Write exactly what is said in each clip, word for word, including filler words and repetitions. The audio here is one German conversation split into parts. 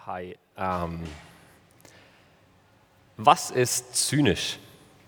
Hi. Ähm, was ist zynisch?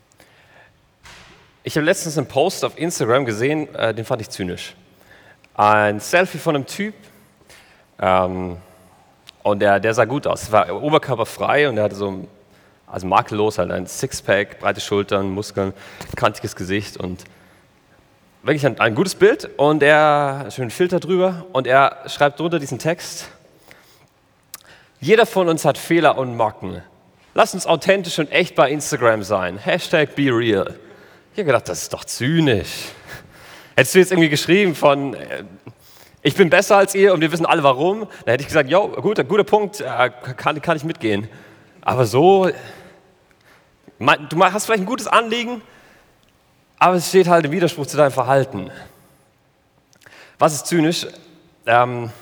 Ich habe letztens einen Post auf Instagram gesehen, äh, den fand ich zynisch. Ein Selfie von einem Typ ähm, und der, der sah gut aus. Er war oberkörperfrei und er hatte so, also makellos, halt ein Sixpack, breite Schultern, Muskeln, kantiges Gesicht und wirklich ein, ein gutes Bild und er, schönen Filter drüber und er schreibt drunter diesen Text: Jeder von uns hat Fehler und Macken. Lass uns authentisch und echt bei Instagram sein. Hashtag be real. Ich habe gedacht, das ist doch zynisch. Hättest du jetzt irgendwie geschrieben von, äh, ich bin besser als ihr und wir wissen alle warum, dann hätte ich gesagt, jo, gut, guter Punkt, äh, kann, kann ich mitgehen. Aber so, du hast vielleicht ein gutes Anliegen, aber es steht halt im Widerspruch zu deinem Verhalten. Was ist zynisch? Ähm,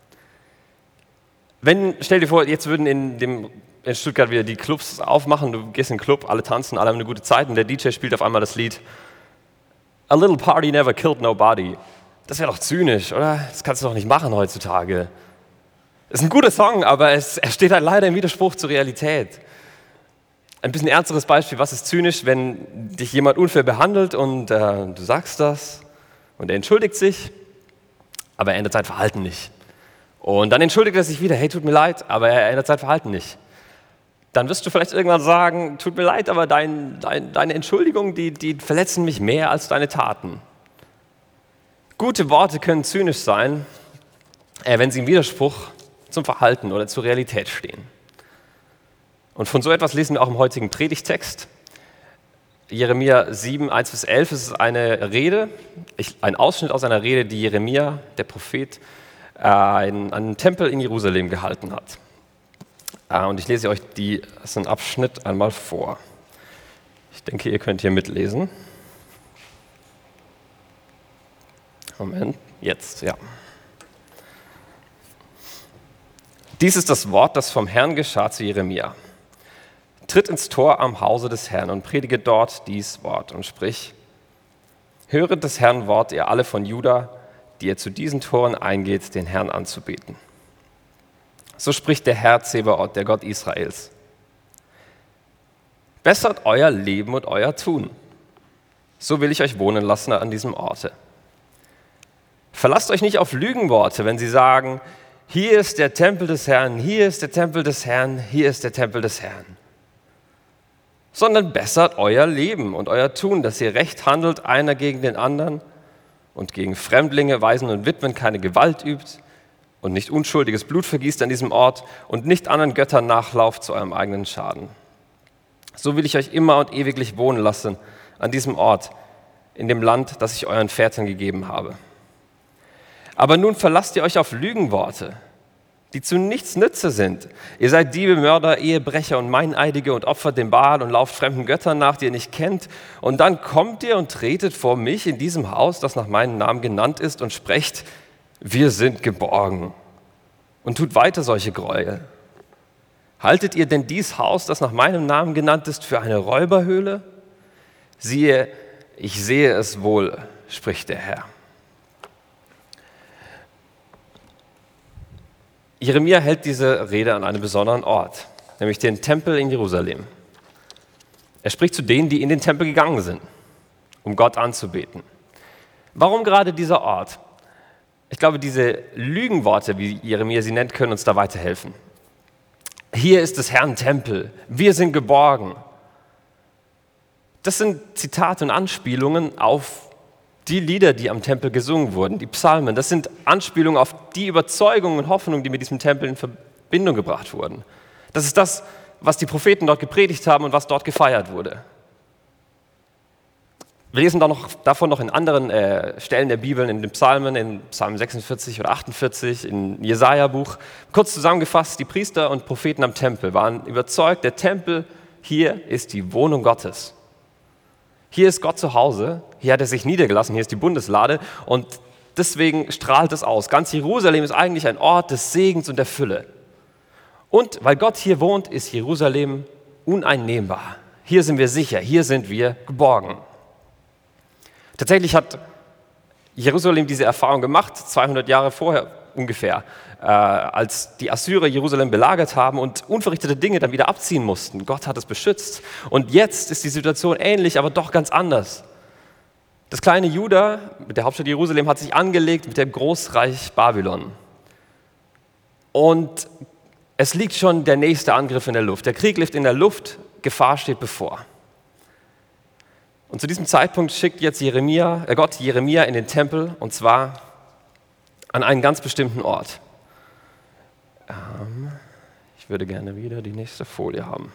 Wenn, stell dir vor, jetzt würden in, dem, in Stuttgart wieder die Clubs aufmachen, du gehst in den Club, alle tanzen, alle haben eine gute Zeit und der D J spielt auf einmal das Lied A little party never killed nobody. Das wäre doch zynisch, oder? Das kannst du doch nicht machen heutzutage. Das ist ein guter Song, aber es, er steht halt leider im Widerspruch zur Realität. Ein bisschen ernsteres Beispiel, was ist zynisch, wenn dich jemand unfair behandelt und äh, du sagst das und er entschuldigt sich, aber er ändert sein Verhalten nicht. Und dann entschuldigt er sich wieder, hey, tut mir leid, aber er ändert sein Verhalten nicht. Dann wirst du vielleicht irgendwann sagen, tut mir leid, aber dein, dein, deine Entschuldigungen, die, die verletzen mich mehr als deine Taten. Gute Worte können zynisch sein, äh, wenn sie im Widerspruch zum Verhalten oder zur Realität stehen. Und von so etwas lesen wir auch im heutigen Predigttext. Jeremia sieben, eins bis elf ist eine Rede, ich, ein Ausschnitt aus einer Rede, die Jeremia, der Prophet, Einen, einen Tempel in Jerusalem gehalten hat. Und ich lese euch diesen Abschnitt einmal vor. Ich denke, ihr könnt hier mitlesen. Moment, jetzt, ja. Dies ist das Wort, das vom Herrn geschah zu Jeremia. Tritt ins Tor am Hause des Herrn und predige dort dies Wort und sprich: Höret des Herrn Wort, ihr alle von Juda, die ihr zu diesen Toren eingeht, den Herrn anzubeten. So spricht der Herr Zebaoth, der Gott Israels. Bessert euer Leben und euer Tun. So will ich euch wohnen lassen an diesem Orte. Verlasst euch nicht auf Lügenworte, wenn sie sagen, hier ist der Tempel des Herrn, hier ist der Tempel des Herrn, hier ist der Tempel des Herrn. Sondern bessert euer Leben und euer Tun, dass ihr recht handelt, einer gegen den anderen, und gegen Fremdlinge, Waisen und Witwen keine Gewalt übt und nicht unschuldiges Blut vergießt an diesem Ort und nicht anderen Göttern nachlauft zu eurem eigenen Schaden. So will ich euch immer und ewiglich wohnen lassen an diesem Ort, in dem Land, das ich euren Vätern gegeben habe. Aber nun verlasst ihr euch auf Lügenworte, die zu nichts Nütze sind. Ihr seid Diebe, Mörder, Ehebrecher und Meineidige und opfert dem Baal und lauft fremden Göttern nach, die ihr nicht kennt. Und dann kommt ihr und tretet vor mich in diesem Haus, das nach meinem Namen genannt ist, und sprecht, wir sind geborgen. Und tut weiter solche Gräuel. Haltet ihr denn dies Haus, das nach meinem Namen genannt ist, für eine Räuberhöhle? Siehe, ich sehe es wohl, spricht der Herr. Jeremia hält diese Rede an einem besonderen Ort, nämlich den Tempel in Jerusalem. Er spricht zu denen, die in den Tempel gegangen sind, um Gott anzubeten. Warum gerade dieser Ort? Ich glaube, diese Lügenworte, wie Jeremia sie nennt, können uns da weiterhelfen. Hier ist des Herrn Tempel, wir sind geborgen. Das sind Zitate und Anspielungen auf die Lieder, die am Tempel gesungen wurden, die Psalmen. Das sind Anspielungen auf die Überzeugungen und Hoffnungen, die mit diesem Tempel in Verbindung gebracht wurden. Das ist das, was die Propheten dort gepredigt haben und was dort gefeiert wurde. Wir lesen da noch, davon noch in anderen äh, Stellen der Bibel, in den Psalmen, in Psalm sechsundvierzig oder achtundvierzig, im Jesaja-Buch. Kurz zusammengefasst, die Priester und Propheten am Tempel waren überzeugt, der Tempel hier ist die Wohnung Gottes. Hier ist Gott zu Hause, hier hat er sich niedergelassen, hier ist die Bundeslade und deswegen strahlt es aus. Ganz Jerusalem ist eigentlich ein Ort des Segens und der Fülle. Und weil Gott hier wohnt, ist Jerusalem uneinnehmbar. Hier sind wir sicher, hier sind wir geborgen. Tatsächlich hat Jerusalem diese Erfahrung gemacht, zweihundert Jahre vorher, ungefähr, äh, als die Assyrer Jerusalem belagert haben und unverrichtete Dinge dann wieder abziehen mussten. Gott hat es beschützt. Und jetzt ist die Situation ähnlich, aber doch ganz anders. Das kleine Juda mit der Hauptstadt Jerusalem hat sich angelegt mit dem Großreich Babylon. Und es liegt schon der nächste Angriff in der Luft. Der Krieg liegt in der Luft, Gefahr steht bevor. Und zu diesem Zeitpunkt schickt jetzt Jeremia, äh Gott Jeremia in den Tempel, und zwar an einen ganz bestimmten Ort. Ähm, ich würde gerne wieder die nächste Folie haben.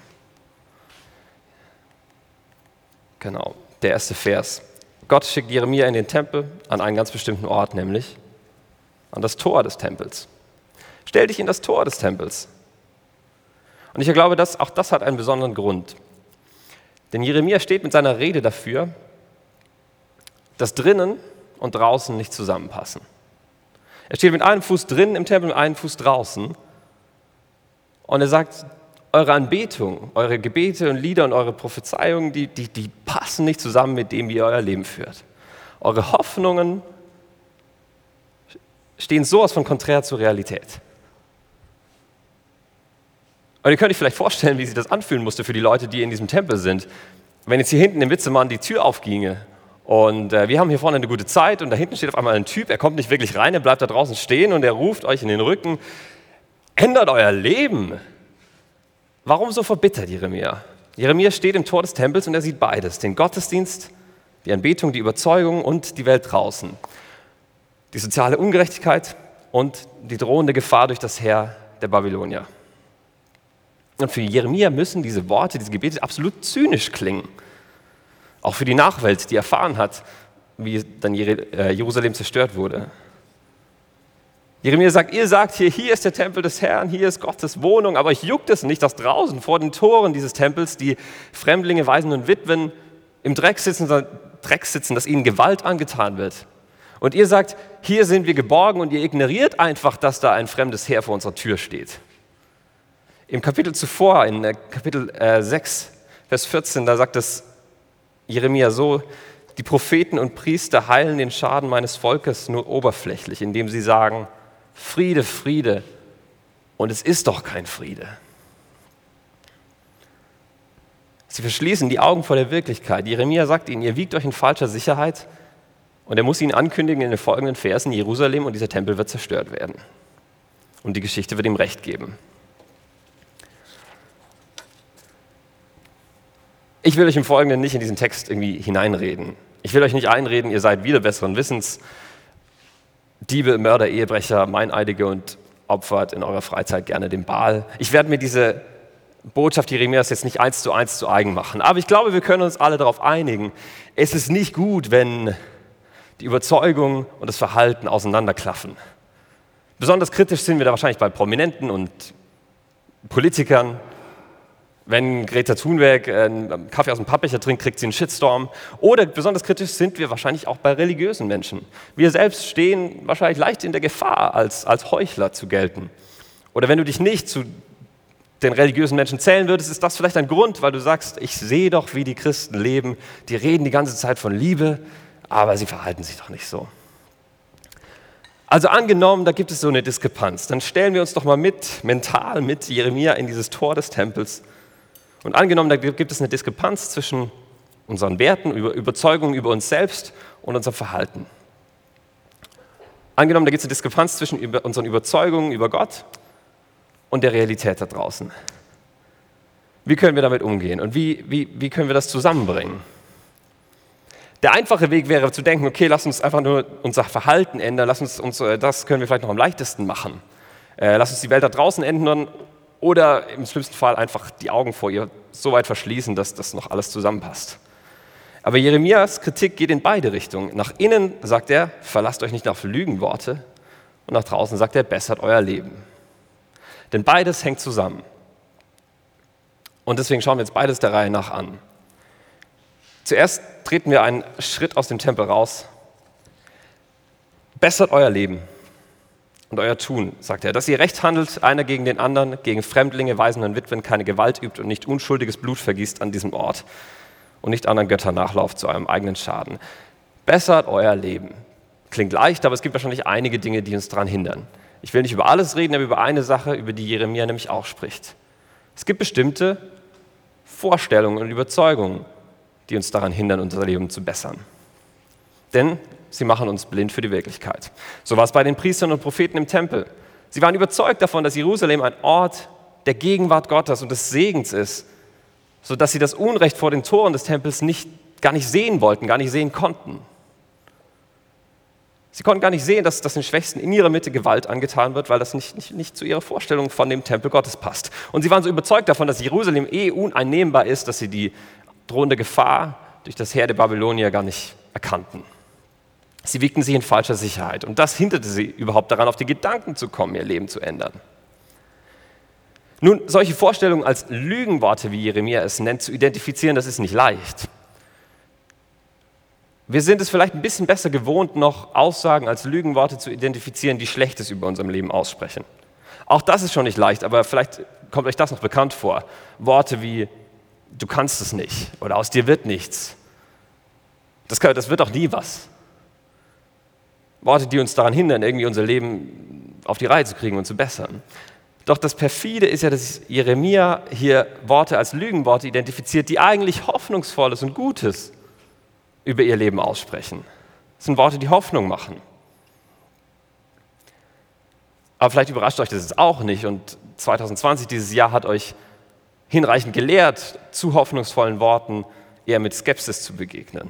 Genau, der erste Vers. Gott schickt Jeremia in den Tempel an einen ganz bestimmten Ort, nämlich an das Tor des Tempels. Stell dich in das Tor des Tempels. Und ich glaube, dass auch das hat einen besonderen Grund. Denn Jeremia steht mit seiner Rede dafür, dass drinnen und draußen nicht zusammenpassen. Er steht mit einem Fuß drinnen im Tempel, mit einem Fuß draußen. Und er sagt, eure Anbetung, eure Gebete und Lieder und eure Prophezeiungen, die, die, die passen nicht zusammen mit dem, wie ihr euer Leben führt. Eure Hoffnungen stehen sowas von konträr zur Realität. Und ihr könnt euch vielleicht vorstellen, wie sich das anfühlen musste für die Leute, die in diesem Tempel sind. Wenn jetzt hier hinten im Witzemann die Tür aufginge und äh, wir haben hier vorne eine gute Zeit und da hinten steht auf einmal ein Typ, er kommt nicht wirklich rein, er bleibt da draußen stehen und er ruft euch in den Rücken, ändert euer Leben. Warum so verbittert Jeremia? Jeremia steht im Tor des Tempels und er sieht beides, den Gottesdienst, die Anbetung, die Überzeugung und die Welt draußen. Die soziale Ungerechtigkeit und die drohende Gefahr durch das Heer der Babylonier. Und für Jeremia müssen diese Worte, diese Gebete absolut zynisch klingen. Auch für die Nachwelt, die erfahren hat, wie dann Jerusalem zerstört wurde. Jeremia sagt, ihr sagt hier, hier ist der Tempel des Herrn, hier ist Gottes Wohnung, aber euch juckt es nicht, dass draußen vor den Toren dieses Tempels die Fremdlinge, Waisen und Witwen im Dreck sitzen, Dreck sitzen, dass ihnen Gewalt angetan wird. Und ihr sagt, hier sind wir geborgen und ihr ignoriert einfach, dass da ein fremdes Heer vor unserer Tür steht. Im Kapitel zuvor, in Kapitel sechs, Vers vierzehn, da sagt es Jeremia so, die Propheten und Priester heilen den Schaden meines Volkes nur oberflächlich, indem sie sagen, Friede, Friede, und es ist doch kein Friede. Sie verschließen die Augen vor der Wirklichkeit. Jeremia sagt ihnen, ihr wiegt euch in falscher Sicherheit und er muss ihnen ankündigen in den folgenden Versen, Jerusalem und dieser Tempel wird zerstört werden. Und die Geschichte wird ihm Recht geben. Ich will euch im Folgenden nicht in diesen Text irgendwie hineinreden. Ich will euch nicht einreden, ihr seid wieder besseren Wissens, Diebe, Mörder, Ehebrecher, Meineidige und opfert in eurer Freizeit gerne den Baal. Ich werde mir diese Botschaft Jeremias jetzt nicht eins zu eins zu eigen machen. Aber ich glaube, wir können uns alle darauf einigen, es ist nicht gut, wenn die Überzeugung und das Verhalten auseinanderklaffen. Besonders kritisch sind wir da wahrscheinlich bei Prominenten und Politikern. Wenn Greta Thunberg einen Kaffee aus dem Pappbecher trinkt, kriegt sie einen Shitstorm. Oder besonders kritisch sind wir wahrscheinlich auch bei religiösen Menschen. Wir selbst stehen wahrscheinlich leicht in der Gefahr, als, als Heuchler zu gelten. Oder wenn du dich nicht zu den religiösen Menschen zählen würdest, ist das vielleicht ein Grund, weil du sagst, ich sehe doch, wie die Christen leben. Die reden die ganze Zeit von Liebe, aber sie verhalten sich doch nicht so. Also angenommen, da gibt es so eine Diskrepanz. Dann stellen wir uns doch mal mit, mental mit Jeremia in dieses Tor des Tempels. Und angenommen, da gibt es eine Diskrepanz zwischen unseren Werten, Überzeugungen über uns selbst und unserem Verhalten. Angenommen, da gibt es eine Diskrepanz zwischen unseren Überzeugungen über Gott und der Realität da draußen. Wie können wir damit umgehen und wie, wie, wie können wir das zusammenbringen? Der einfache Weg wäre zu denken, okay, lass uns einfach nur unser Verhalten ändern, lass uns, uns das können wir vielleicht noch am leichtesten machen. Äh, lass uns die Welt da draußen ändern. Oder im schlimmsten Fall einfach die Augen vor ihr so weit verschließen, dass das noch alles zusammenpasst. Aber Jeremias Kritik geht in beide Richtungen. Nach innen sagt er, verlasst euch nicht auf Lügenworte. Und nach draußen sagt er, bessert euer Leben. Denn beides hängt zusammen. Und deswegen schauen wir jetzt beides der Reihe nach an. Zuerst treten wir einen Schritt aus dem Tempel raus. Bessert euer Leben. Und euer Tun, sagt er, dass ihr recht handelt, einer gegen den anderen, gegen Fremdlinge, Waisen und Witwen, keine Gewalt übt und nicht unschuldiges Blut vergießt an diesem Ort und nicht anderen Göttern nachlauft zu eurem eigenen Schaden. Bessert euer Leben. Klingt leicht, aber es gibt wahrscheinlich einige Dinge, die uns daran hindern. Ich will nicht über alles reden, aber über eine Sache, über die Jeremia nämlich auch spricht. Es gibt bestimmte Vorstellungen und Überzeugungen, die uns daran hindern, unser Leben zu bessern. Denn sie machen uns blind für die Wirklichkeit. So war es bei den Priestern und Propheten im Tempel. Sie waren überzeugt davon, dass Jerusalem ein Ort der Gegenwart Gottes und des Segens ist, sodass sie das Unrecht vor den Toren des Tempels nicht, gar nicht sehen wollten, gar nicht sehen konnten. Sie konnten gar nicht sehen, dass, dass den Schwächsten in ihrer Mitte Gewalt angetan wird, weil das nicht, nicht, nicht zu ihrer Vorstellung von dem Tempel Gottes passt. Und sie waren so überzeugt davon, dass Jerusalem eh uneinnehmbar ist, dass sie die drohende Gefahr durch das Heer der Babylonier gar nicht erkannten. Sie wiegten sich in falscher Sicherheit und das hinderte sie überhaupt daran, auf die Gedanken zu kommen, ihr Leben zu ändern. Nun, solche Vorstellungen als Lügenworte, wie Jeremia es nennt, zu identifizieren, das ist nicht leicht. Wir sind es vielleicht ein bisschen besser gewohnt, noch Aussagen als Lügenworte zu identifizieren, die Schlechtes über unserem Leben aussprechen. Auch das ist schon nicht leicht, aber vielleicht kommt euch das noch bekannt vor. Worte wie, du kannst es nicht oder aus dir wird nichts. Das, kann, das wird auch nie was. Worte, die uns daran hindern, irgendwie unser Leben auf die Reihe zu kriegen und zu bessern. Doch das Perfide ist ja, dass Jeremia hier Worte als Lügenworte identifiziert, die eigentlich Hoffnungsvolles und Gutes über ihr Leben aussprechen. Das sind Worte, die Hoffnung machen. Aber vielleicht überrascht euch das jetzt auch nicht und zwanzig zwanzig, dieses Jahr, hat euch hinreichend gelehrt, zu hoffnungsvollen Worten eher mit Skepsis zu begegnen.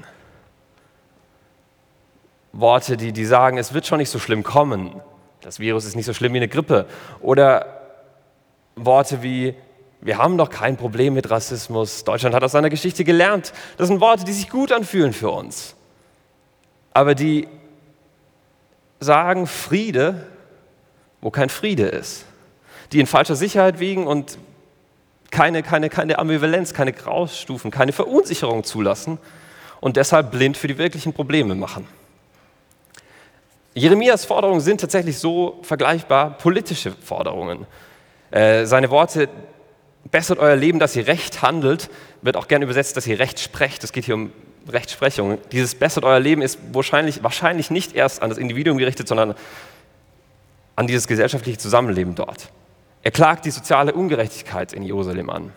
Worte, die, die sagen, es wird schon nicht so schlimm kommen, das Virus ist nicht so schlimm wie eine Grippe. Oder Worte wie, wir haben doch kein Problem mit Rassismus, Deutschland hat aus seiner Geschichte gelernt. Das sind Worte, die sich gut anfühlen für uns, aber die sagen Friede, wo kein Friede ist, die in falscher Sicherheit wiegen und keine, keine, keine Ambivalenz, keine Graustufen, keine Verunsicherung zulassen und deshalb blind für die wirklichen Probleme machen. Jeremias Forderungen sind tatsächlich so vergleichbar politische Forderungen. Äh, seine Worte, bessert euer Leben, dass ihr recht handelt, wird auch gerne übersetzt, dass ihr recht sprecht. Es geht hier um Rechtsprechung. Dieses bessert euer Leben ist wahrscheinlich, wahrscheinlich nicht erst an das Individuum gerichtet, sondern an dieses gesellschaftliche Zusammenleben dort. Er klagt die soziale Ungerechtigkeit in Jerusalem an.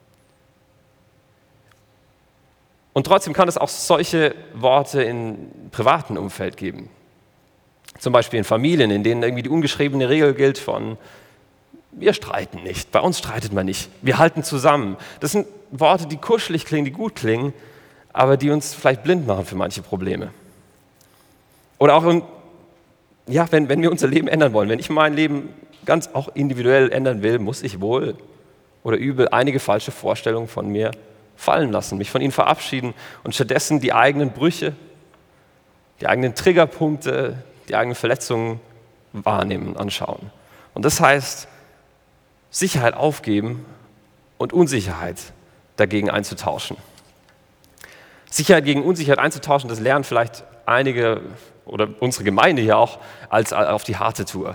Und trotzdem kann es auch solche Worte im privaten Umfeld geben. Zum Beispiel in Familien, in denen irgendwie die ungeschriebene Regel gilt von wir streiten nicht, bei uns streitet man nicht, wir halten zusammen. Das sind Worte, die kuschelig klingen, die gut klingen, aber die uns vielleicht blind machen für manche Probleme. Oder auch, in, ja, wenn, wenn wir unser Leben ändern wollen, wenn ich mein Leben ganz auch individuell ändern will, muss ich wohl oder übel einige falsche Vorstellungen von mir fallen lassen, mich von ihnen verabschieden und stattdessen die eigenen Brüche, die eigenen Triggerpunkte, die eigenen Verletzungen wahrnehmen, anschauen. Und das heißt, Sicherheit aufgeben und Unsicherheit dagegen einzutauschen. Sicherheit gegen Unsicherheit einzutauschen, das lernen vielleicht einige oder unsere Gemeinde hier auch als auf die harte Tour.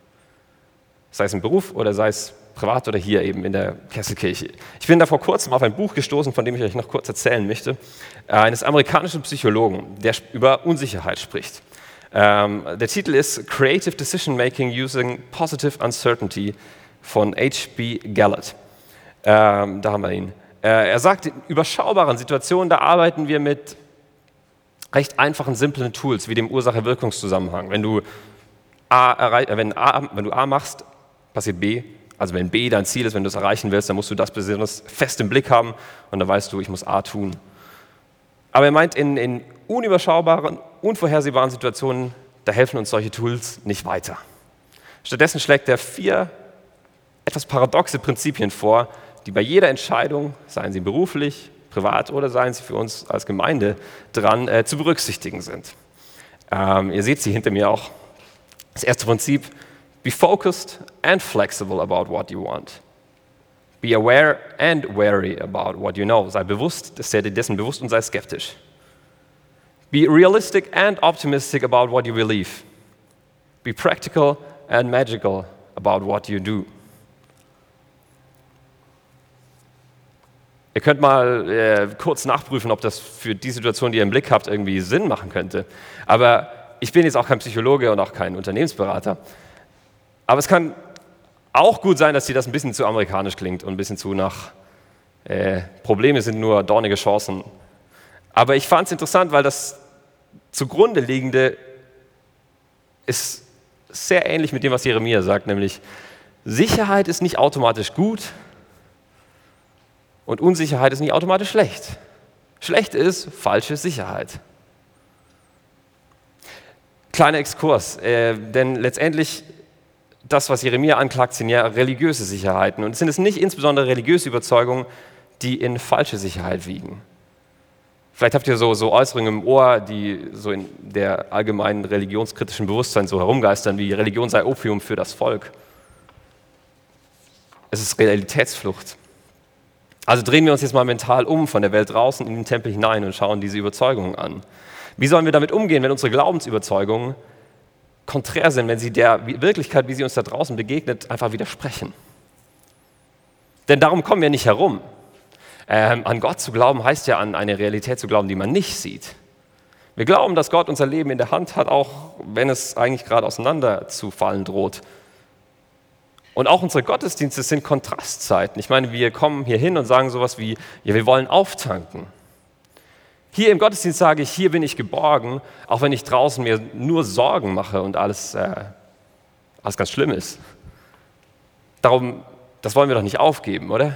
Sei es im Beruf oder sei es privat oder hier eben in der Kesselkirche. Ich bin da vor kurzem auf ein Buch gestoßen, von dem ich euch noch kurz erzählen möchte, eines amerikanischen Psychologen, der über Unsicherheit spricht. Ähm, der Titel ist Creative Decision Making Using Positive Uncertainty von H B Gallup. Ähm, da haben wir ihn. Äh, er sagt, in überschaubaren Situationen, da arbeiten wir mit recht einfachen, simplen Tools, wie dem Ursache-Wirkungszusammenhang. Wenn du A, errei- äh, wenn, A, wenn du A machst, passiert B. Also wenn B dein Ziel ist, wenn du es erreichen willst, dann musst du das besonders fest im Blick haben und dann weißt du, ich muss A tun. Aber er meint, in, in unüberschaubaren, unvorhersehbaren Situationen, da helfen uns solche Tools nicht weiter. Stattdessen schlägt er vier etwas paradoxe Prinzipien vor, die bei jeder Entscheidung, seien sie beruflich, privat oder seien sie für uns als Gemeinde dran, äh, zu berücksichtigen sind. Ähm, ihr seht sie hinter mir auch. Das erste Prinzip: Be focused and flexible about what you want. Be aware and wary about what you know. Sei bewusst, sei dir dessen bewusst und sei skeptisch. Be realistic and optimistic about what you believe. Be practical and magical about what you do. Ihr könnt mal äh, kurz nachprüfen, ob das für die Situation, die ihr im Blick habt, irgendwie Sinn machen könnte. Aber ich bin jetzt auch kein Psychologe und auch kein Unternehmensberater. Aber es kann auch gut sein, dass dir das ein bisschen zu amerikanisch klingt und ein bisschen zu nach äh, Probleme sind nur dornige Chancen. Aber ich fand es interessant, weil das zugrunde liegende ist sehr ähnlich mit dem, was Jeremia sagt, nämlich Sicherheit ist nicht automatisch gut und Unsicherheit ist nicht automatisch schlecht. Schlecht ist falsche Sicherheit. Kleiner Exkurs, äh, denn letztendlich das, was Jeremia anklagt, sind ja religiöse Sicherheiten. Und sind es nicht insbesondere religiöse Überzeugungen, die in falsche Sicherheit wiegen. Vielleicht habt ihr so, so Äußerungen im Ohr, die so in der allgemeinen religionskritischen Bewusstsein so herumgeistern, wie Religion sei Opium für das Volk. Es ist Realitätsflucht. Also drehen wir uns jetzt mal mental um von der Welt draußen in den Tempel hinein und schauen diese Überzeugungen an. Wie sollen wir damit umgehen, wenn unsere Glaubensüberzeugungen konträr sind, wenn sie der Wirklichkeit, wie sie uns da draußen begegnet, einfach widersprechen? Denn darum kommen wir nicht herum. Ähm, an Gott zu glauben, heißt ja an eine Realität zu glauben, die man nicht sieht. Wir glauben, dass Gott unser Leben in der Hand hat, auch wenn es eigentlich gerade auseinanderzufallen droht. Und auch unsere Gottesdienste sind Kontrastzeiten. Ich meine, wir kommen hier hin und sagen sowas wie, ja, wir wollen auftanken. Hier im Gottesdienst sage ich, hier bin ich geborgen, auch wenn ich draußen mir nur Sorgen mache und alles, äh, alles ganz schlimm ist. Darum, das wollen wir doch nicht aufgeben, oder?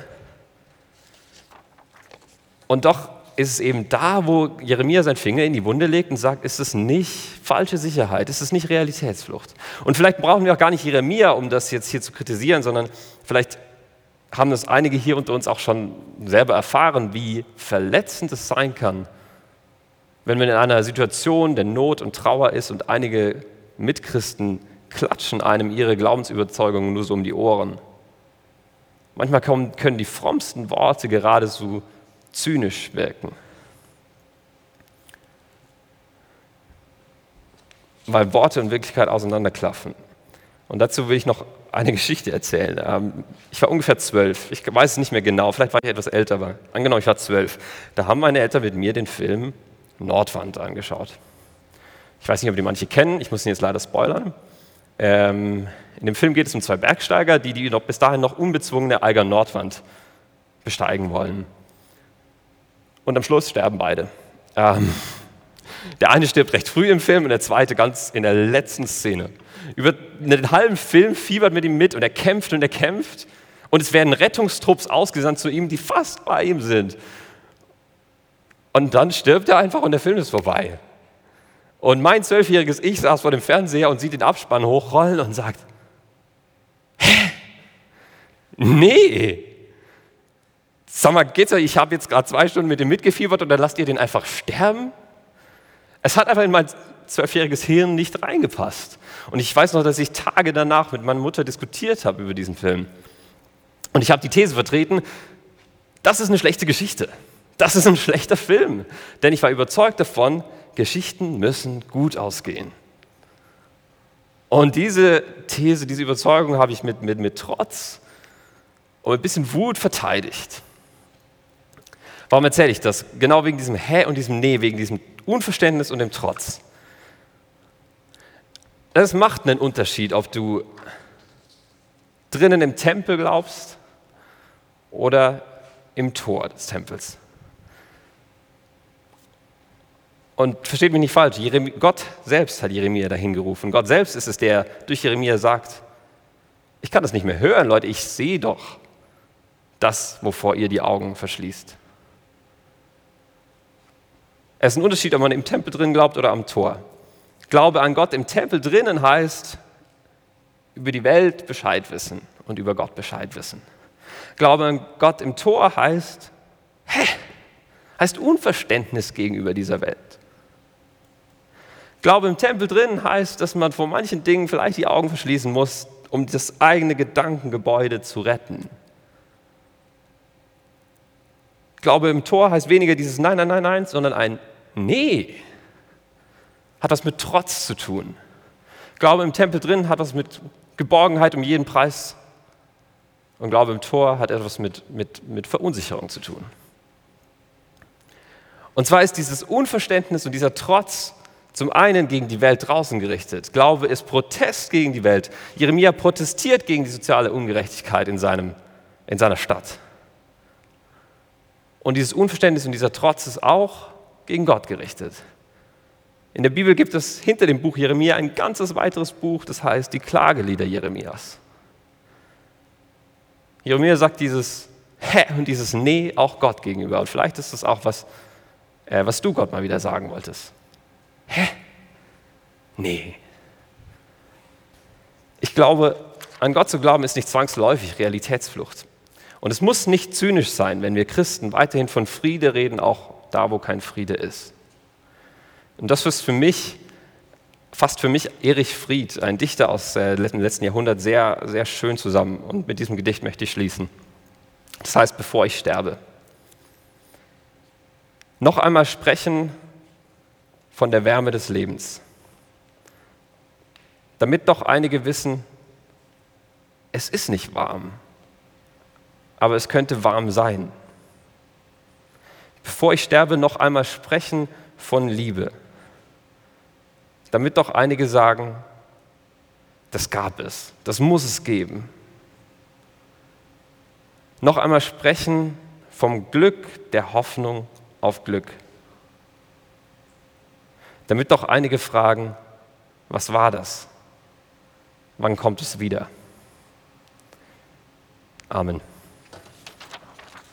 Und doch ist es eben da, wo Jeremia seinen Finger in die Wunde legt und sagt, ist es nicht falsche Sicherheit, ist es nicht Realitätsflucht. Und vielleicht brauchen wir auch gar nicht Jeremia, um das jetzt hier zu kritisieren, sondern vielleicht haben das einige hier unter uns auch schon selber erfahren, wie verletzend es sein kann, wenn man in einer Situation der Not und Trauer ist und einige Mitchristen klatschen einem ihre Glaubensüberzeugungen nur so um die Ohren. Manchmal können die frommsten Worte geradezu zynisch wirken. Weil Worte und Wirklichkeit auseinanderklaffen. Und dazu will ich noch eine Geschichte erzählen. Ich war ungefähr zwölf, ich weiß es nicht mehr genau, vielleicht war ich etwas älter, aber angenommen, ich war zwölf. Da haben meine Eltern mit mir den Film Nordwand angeschaut. Ich weiß nicht, ob die manche kennen, ich muss ihn jetzt leider spoilern. Ähm, in dem Film geht es um zwei Bergsteiger, die die noch bis dahin noch unbezwungene Eiger Nordwand besteigen wollen. Und am Schluss sterben beide. Ähm, der eine stirbt recht früh im Film und der zweite ganz in der letzten Szene. Über einen halben Film fiebert mit ihm mit und er kämpft und er kämpft. Und es werden Rettungstrupps ausgesandt zu ihm, die fast bei ihm sind. Und dann stirbt er einfach und der Film ist vorbei. Und mein zwölfjähriges Ich saß vor dem Fernseher und sieht den Abspann hochrollen und sagt, hä? Nee! Sag mal, geht's euch? Ich habe jetzt gerade zwei Stunden mit dem mitgefiebert und dann lasst ihr den einfach sterben? Es hat einfach in mein zwölfjähriges Hirn nicht reingepasst. Und ich weiß noch, dass ich Tage danach mit meiner Mutter diskutiert habe über diesen Film. Und ich habe die These vertreten, das ist eine schlechte Geschichte. Das ist ein schlechter Film. Denn ich war überzeugt davon, Geschichten müssen gut ausgehen. Und diese These, diese Überzeugung habe ich mit, mit, mit Trotz und mit ein bisschen Wut verteidigt. Warum erzähle ich das? Genau wegen diesem Hä und diesem Nee, wegen diesem Unverständnis und dem Trotz. Das macht einen Unterschied, ob du drinnen im Tempel glaubst oder im Tor des Tempels. Und versteht mich nicht falsch, Jeremia, Gott selbst hat Jeremia dahin gerufen. Gott selbst ist es, der durch Jeremia sagt, ich kann das nicht mehr hören, Leute, ich sehe doch das, wovor ihr die Augen verschließt. Es ist ein Unterschied, ob man im Tempel drin glaubt oder am Tor. Glaube an Gott im Tempel drinnen heißt, über die Welt Bescheid wissen und über Gott Bescheid wissen. Glaube an Gott im Tor heißt, hä? Heißt Unverständnis gegenüber dieser Welt. Glaube im Tempel drin heißt, dass man vor manchen Dingen vielleicht die Augen verschließen muss, um das eigene Gedankengebäude zu retten. Glaube im Tor heißt weniger dieses Nein, Nein, Nein, Nein, sondern ein Nee. Hat was mit Trotz zu tun. Glaube im Tempel drin hat was mit Geborgenheit um jeden Preis. Und Glaube im Tor hat etwas mit, mit, mit Verunsicherung zu tun. Und zwar ist dieses Unverständnis und dieser Trotz Zum einen gegen die Welt draußen gerichtet. Glaube ist Protest gegen die Welt. Jeremia protestiert gegen die soziale Ungerechtigkeit in, seinem, in seiner Stadt. Und dieses Unverständnis und dieser Trotz ist auch gegen Gott gerichtet. In der Bibel gibt es hinter dem Buch Jeremia ein ganzes weiteres Buch, das heißt die Klagelieder Jeremias. Jeremia sagt dieses Hä und dieses Nee auch Gott gegenüber. Und vielleicht ist das auch was, äh, was du Gott mal wieder sagen wolltest. Hä? Nee. Ich glaube, an Gott zu glauben ist nicht zwangsläufig Realitätsflucht. Und es muss nicht zynisch sein, wenn wir Christen weiterhin von Friede reden, auch da, wo kein Friede ist. Und das ist für mich, fasst für mich Erich Fried, ein Dichter aus dem letzten Jahrhundert, sehr, sehr schön zusammen. Und mit diesem Gedicht möchte ich schließen. Das heißt, bevor ich sterbe. Noch einmal sprechen von der Wärme des Lebens. Damit doch einige wissen, es ist nicht warm, aber es könnte warm sein. Bevor ich sterbe, noch einmal sprechen von Liebe. Damit doch einige sagen, das gab es, das muss es geben. Noch einmal sprechen vom Glück der Hoffnung auf Glück. Damit doch einige fragen, was war das? Wann kommt es wieder? Amen.